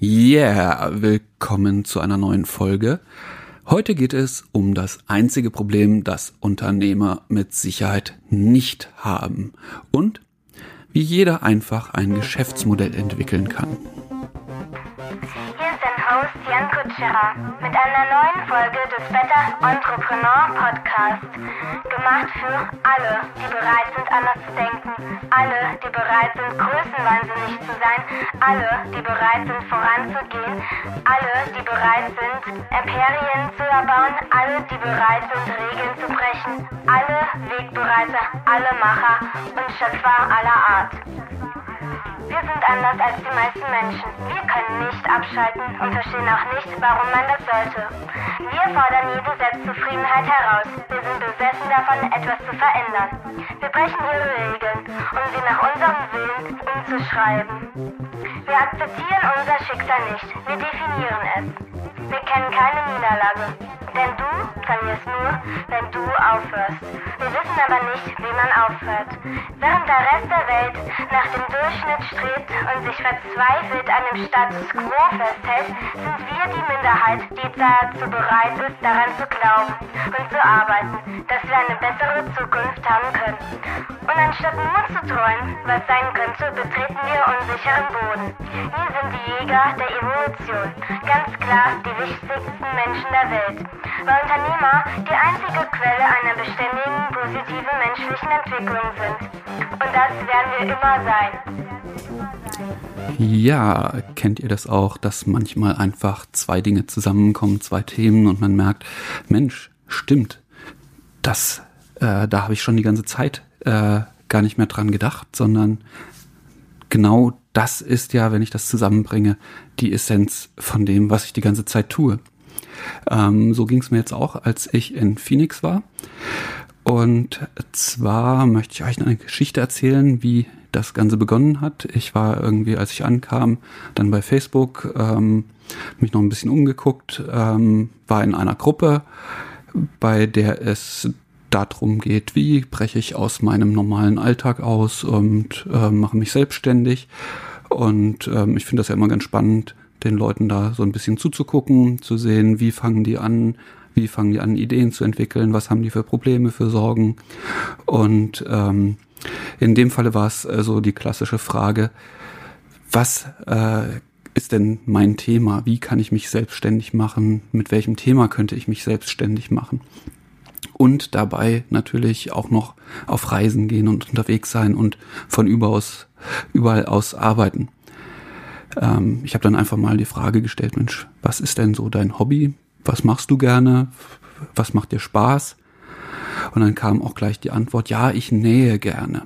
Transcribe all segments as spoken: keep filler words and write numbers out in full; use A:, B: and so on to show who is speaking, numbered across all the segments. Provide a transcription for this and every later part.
A: Yeah, willkommen zu einer neuen Folge. Heute geht es um das einzige Problem, das Unternehmer mit Sicherheit nicht haben und wie jeder einfach ein Geschäftsmodell entwickeln kann.
B: Hier ist dein Host Jan Kutscherer mit einer neuen Folge des Better Entrepreneur Podcast. Gemacht für alle, die bereit sind, anders zu denken, alle, die bereit sind, größenwahnsinnig zu sein, alle, die bereit sind, voranzugehen, alle, die bereit sind, Imperien zu erbauen, alle, die bereit sind, Regeln zu brechen, alle Wegbereiter, alle Macher und Schöpfer aller Art. Wir sind anders als die meisten Menschen. Wir können nicht abschalten und verstehen auch nicht, warum man das sollte. Wir fordern jede Selbstzufriedenheit heraus. Wir sind besessen davon, etwas zu verändern. Wir brechen ihre Regeln, um sie nach unserem Willen umzuschreiben. Wir akzeptieren unser Schicksal nicht. Wir definieren es. Wir kennen keine Niederlage. Denn du verlierst nur, wenn du aufhörst. Wir wissen aber nicht, wie man aufhört. Während der Rest der Welt nach dem Durchschnitt strebt und sich verzweifelt an dem Status quo festhält, sind wir die Minderheit, die dazu bereit ist, daran zu glauben und zu arbeiten, dass wir eine bessere Zukunft haben können. Und anstatt nur zu träumen, was sein könnte, betreten wir unsicheren Boden. Wir sind die Jäger der Evolution. Ganz klar die wichtigsten Menschen der Welt. Weil Unternehmer die einzige Quelle einer beständigen, positiven menschlichen Entwicklung sind. Und das werden wir immer sein.
A: Ja, kennt ihr das auch, dass manchmal einfach zwei Dinge zusammenkommen, zwei Themen und man merkt, Mensch, stimmt, das, äh, da habe ich schon die ganze Zeit äh, gar nicht mehr dran gedacht, sondern genau das ist ja, wenn ich das zusammenbringe, die Essenz von dem, was ich die ganze Zeit tue. Ähm, so ging es mir jetzt auch, als ich in Phoenix war. Und zwar möchte ich euch eine Geschichte erzählen, wie das Ganze begonnen hat. Ich war irgendwie, als ich ankam, dann bei Facebook, ähm, mich noch ein bisschen umgeguckt, ähm, war in einer Gruppe, bei der es darum geht, wie breche ich aus meinem normalen Alltag aus und äh, mache mich selbstständig. Und ähm, ich finde das ja immer ganz spannend, den Leuten da so ein bisschen zuzugucken, zu sehen, wie fangen die an, wie fangen die an, Ideen zu entwickeln, was haben die für Probleme, für Sorgen. Und ähm, in dem Falle war es also die klassische Frage, was äh, ist denn mein Thema? Wie kann ich mich selbstständig machen? Mit welchem Thema könnte ich mich selbstständig machen? Und dabei natürlich auch noch auf Reisen gehen und unterwegs sein und von überall aus, überall aus arbeiten. Ähm, ich habe dann einfach mal die Frage gestellt, Mensch, was ist denn so dein Hobby? Was machst du gerne? Was macht dir Spaß? Und dann kam auch gleich die Antwort, ja, ich nähe gerne.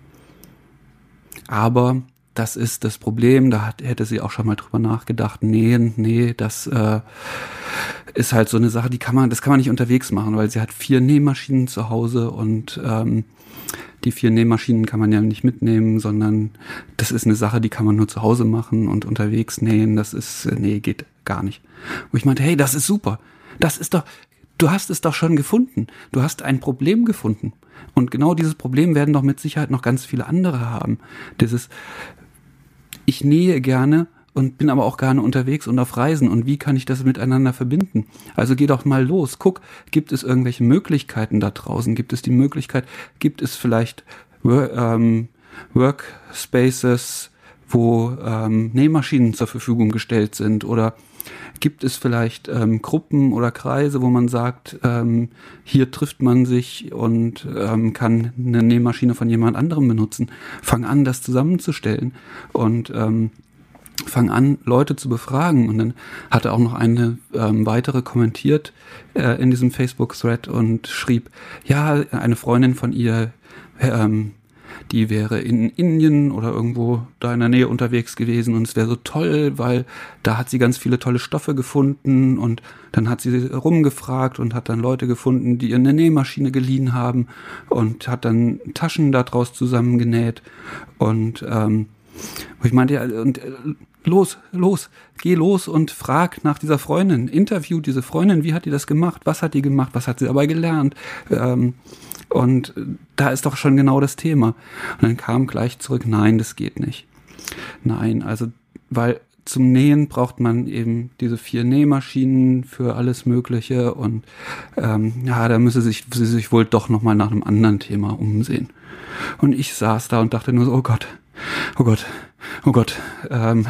A: Aber das ist das Problem, da hat, hätte sie auch schon mal drüber nachgedacht, nähen, nee, das äh, ist halt so eine Sache, die kann man, das kann man nicht unterwegs machen, weil sie hat vier Nähmaschinen zu Hause und ähm, die vier Nähmaschinen kann man ja nicht mitnehmen, sondern das ist eine Sache, die kann man nur zu Hause machen und unterwegs nähen, das ist, nee, geht gar nicht. Wo ich meinte, hey, das ist super, das ist doch, du hast es doch schon gefunden, du hast ein Problem gefunden und genau dieses Problem werden doch mit Sicherheit noch ganz viele andere haben. Dieses, ich nähe gerne und bin aber auch gerne unterwegs und auf Reisen. Und wie kann ich das miteinander verbinden? Also geh doch mal los. Guck, gibt es irgendwelche Möglichkeiten da draußen? Gibt es die Möglichkeit, gibt es vielleicht ähm, Workspaces, wo ähm, Nähmaschinen zur Verfügung gestellt sind? Oder gibt es vielleicht ähm, Gruppen oder Kreise, wo man sagt, ähm, hier trifft man sich und ähm, kann eine Nähmaschine von jemand anderem benutzen? Fang an, das zusammenzustellen und ähm, fang an, Leute zu befragen. Und dann hatte auch noch eine ähm, weitere kommentiert äh, in diesem Facebook-Thread und schrieb, ja, eine Freundin von ihr, ähm, die wäre in Indien oder irgendwo da in der Nähe unterwegs gewesen und es wäre so toll, weil da hat sie ganz viele tolle Stoffe gefunden und dann hat sie rumgefragt und hat dann Leute gefunden, die ihr eine Nähmaschine geliehen haben und hat dann Taschen daraus zusammengenäht und ähm, wo ich meinte, ja, und äh, los, los, geh los und frag nach dieser Freundin, interview diese Freundin, wie hat die das gemacht, was hat die gemacht, was hat sie dabei gelernt, ähm, und da ist doch schon genau das Thema. Und dann kam gleich zurück, nein, das geht nicht. Nein, also, weil zum Nähen braucht man eben diese vier Nähmaschinen für alles Mögliche und ähm, ja, da müsse sich, sie sich wohl doch nochmal nach einem anderen Thema umsehen. Und ich saß da und dachte nur so, oh Gott, oh Gott, oh Gott, ähm,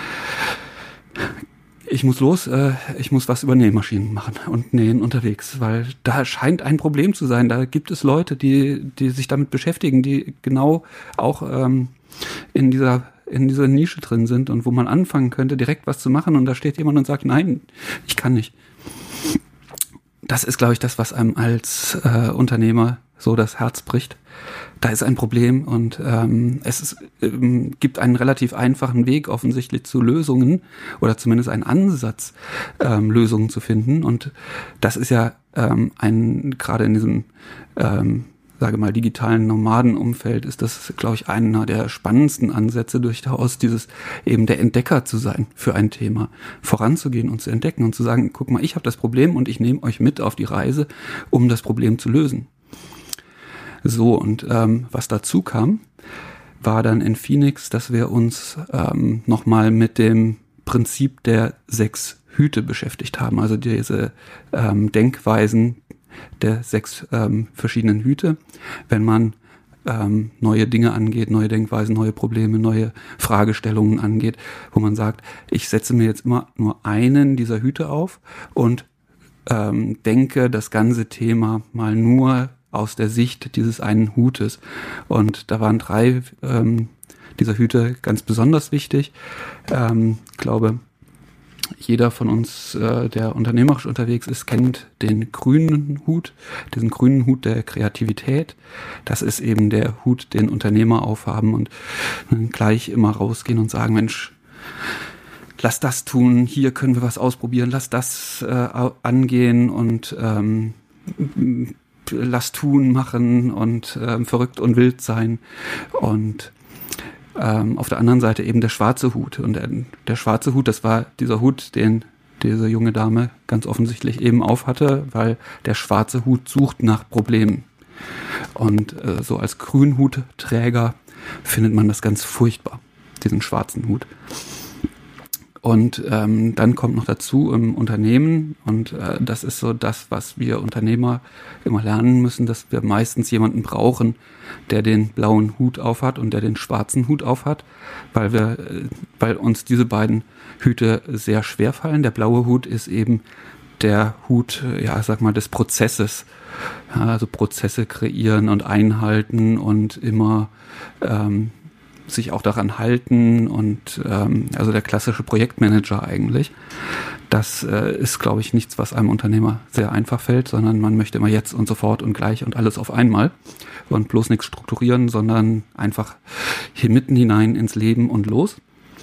A: ich muss los, äh, ich muss was über Nähmaschinen machen und nähen unterwegs, weil da scheint ein Problem zu sein. Da gibt es Leute, die, die sich damit beschäftigen, die genau auch ähm, in dieser in dieser Nische drin sind und wo man anfangen könnte, direkt was zu machen und da steht jemand und sagt, nein, ich kann nicht. Das ist, glaube ich, das, was einem als äh, Unternehmer so das Herz bricht. Da ist ein Problem und ähm, es ist, ähm, gibt einen relativ einfachen Weg offensichtlich zu Lösungen oder zumindest einen Ansatz, ähm, Lösungen zu finden. Und das ist ja ähm, ein, gerade in diesem, ähm, sage mal, digitalen Nomadenumfeld ist das, glaube ich, einer der spannendsten Ansätze durchaus, dieses eben der Entdecker zu sein für ein Thema, voranzugehen und zu entdecken und zu sagen, guck mal, ich habe das Problem und ich nehme euch mit auf die Reise, um das Problem zu lösen. So, und ähm, was dazu kam, war dann in Phoenix, dass wir uns ähm, nochmal mit dem Prinzip der sechs Hüte beschäftigt haben, also diese ähm, Denkweisen der sechs ähm, verschiedenen Hüte, wenn man ähm, neue Dinge angeht, neue Denkweisen, neue Probleme, neue Fragestellungen angeht, wo man sagt, ich setze mir jetzt immer nur einen dieser Hüte auf und ähm, denke das ganze Thema mal nur aus der Sicht dieses einen Hutes. Und da waren drei ähm, dieser Hüte ganz besonders wichtig. Ähm, ich glaube, jeder von uns, äh, der unternehmerisch unterwegs ist, kennt den grünen Hut, diesen grünen Hut der Kreativität. Das ist eben der Hut, den Unternehmer aufhaben und gleich immer rausgehen und sagen, Mensch, lass das tun, hier können wir was ausprobieren, lass das äh, angehen und ähm, lass tun, machen und ähm, verrückt und wild sein. Und ähm, auf der anderen Seite eben der schwarze Hut. Und der, der schwarze Hut, das war dieser Hut, den diese junge Dame ganz offensichtlich eben aufhatte, weil der schwarze Hut sucht nach Problemen. Und äh, so als Grünhutträger findet man das ganz furchtbar, diesen schwarzen Hut. Und ähm, dann kommt noch dazu im Unternehmen, und äh, das ist so das, was wir Unternehmer immer lernen müssen, dass wir meistens jemanden brauchen, der den blauen Hut aufhat und der den schwarzen Hut aufhat, weil wir, äh, weil uns diese beiden Hüte sehr schwer fallen. Der blaue Hut ist eben der Hut, ja, sag mal, des Prozesses. Ja, also Prozesse kreieren und einhalten und immer ähm, sich auch daran halten und ähm, also der klassische Projektmanager eigentlich. Das äh, ist, glaube ich, nichts, was einem Unternehmer sehr einfach fällt, sondern man möchte immer jetzt und sofort und gleich und alles auf einmal und bloß nichts strukturieren, sondern einfach hier mitten hinein ins Leben und los.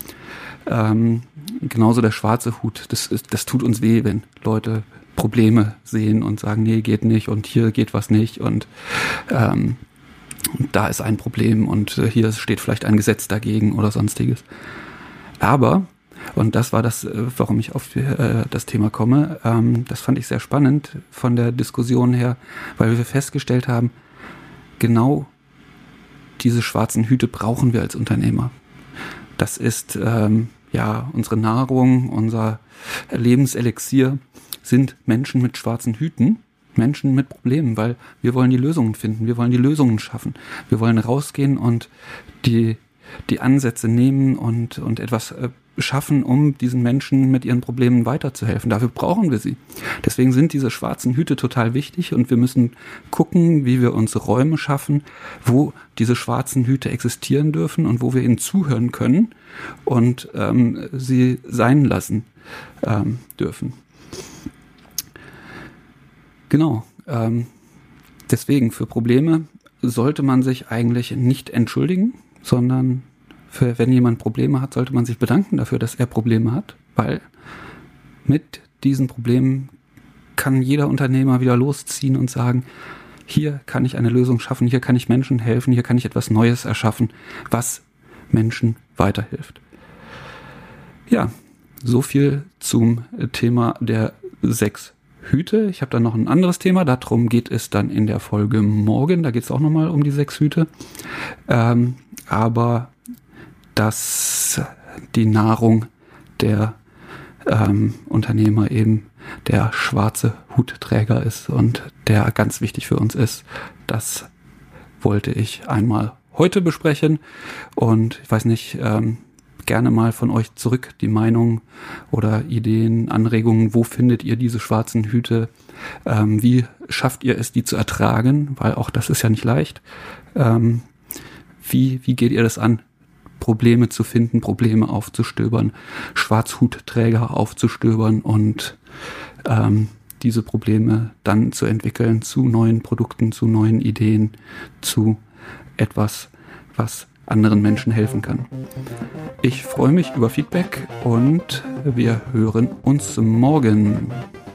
A: Ähm, genauso der schwarze Hut, das, ist, das tut uns weh, wenn Leute Probleme sehen und sagen, nee, geht nicht und hier geht was nicht und ähm, Und da ist ein Problem und äh, hier steht vielleicht ein Gesetz dagegen oder sonstiges. Aber, und das war das, äh, warum ich auf äh, das Thema komme, ähm, das fand ich sehr spannend von der Diskussion her, weil wir festgestellt haben, genau diese schwarzen Hüte brauchen wir als Unternehmer. Das ist ähm, ja unsere Nahrung, unser Lebenselixier sind Menschen mit schwarzen Hüten. Menschen mit Problemen, weil wir wollen die Lösungen finden, wir wollen die Lösungen schaffen. Wir wollen rausgehen und die, die Ansätze nehmen und, und etwas äh, schaffen, um diesen Menschen mit ihren Problemen weiterzuhelfen. Dafür brauchen wir sie. Deswegen sind diese schwarzen Hüte total wichtig und wir müssen gucken, wie wir uns Räume schaffen, wo diese schwarzen Hüte existieren dürfen und wo wir ihnen zuhören können und ähm, sie sein lassen ähm, dürfen. Genau, ähm, deswegen für Probleme sollte man sich eigentlich nicht entschuldigen, sondern für, wenn jemand Probleme hat, sollte man sich bedanken dafür, dass er Probleme hat, weil mit diesen Problemen kann jeder Unternehmer wieder losziehen und sagen, hier kann ich eine Lösung schaffen, hier kann ich Menschen helfen, hier kann ich etwas Neues erschaffen, was Menschen weiterhilft. Ja, so viel zum Thema der sechs Hüte. Ich habe dann noch ein anderes Thema, darum geht es dann in der Folge morgen, da geht es auch nochmal um die sechs Hüte, ähm, aber dass die Nahrung der ähm, Unternehmer eben der schwarze Hutträger ist und der ganz wichtig für uns ist. Das wollte ich einmal heute besprechen und ich weiß nicht, ähm, gerne mal von euch zurück die Meinung oder Ideen, Anregungen, wo findet ihr diese schwarzen Hüte, ähm, wie schafft ihr es, die zu ertragen, weil auch das ist ja nicht leicht. Ähm, wie, wie geht ihr das an, Probleme zu finden, Probleme aufzustöbern, Schwarzhutträger aufzustöbern und ähm, diese Probleme dann zu entwickeln zu neuen Produkten, zu neuen Ideen, zu etwas, was anderen Menschen helfen kann. Ich freue mich über Feedback und wir hören uns morgen.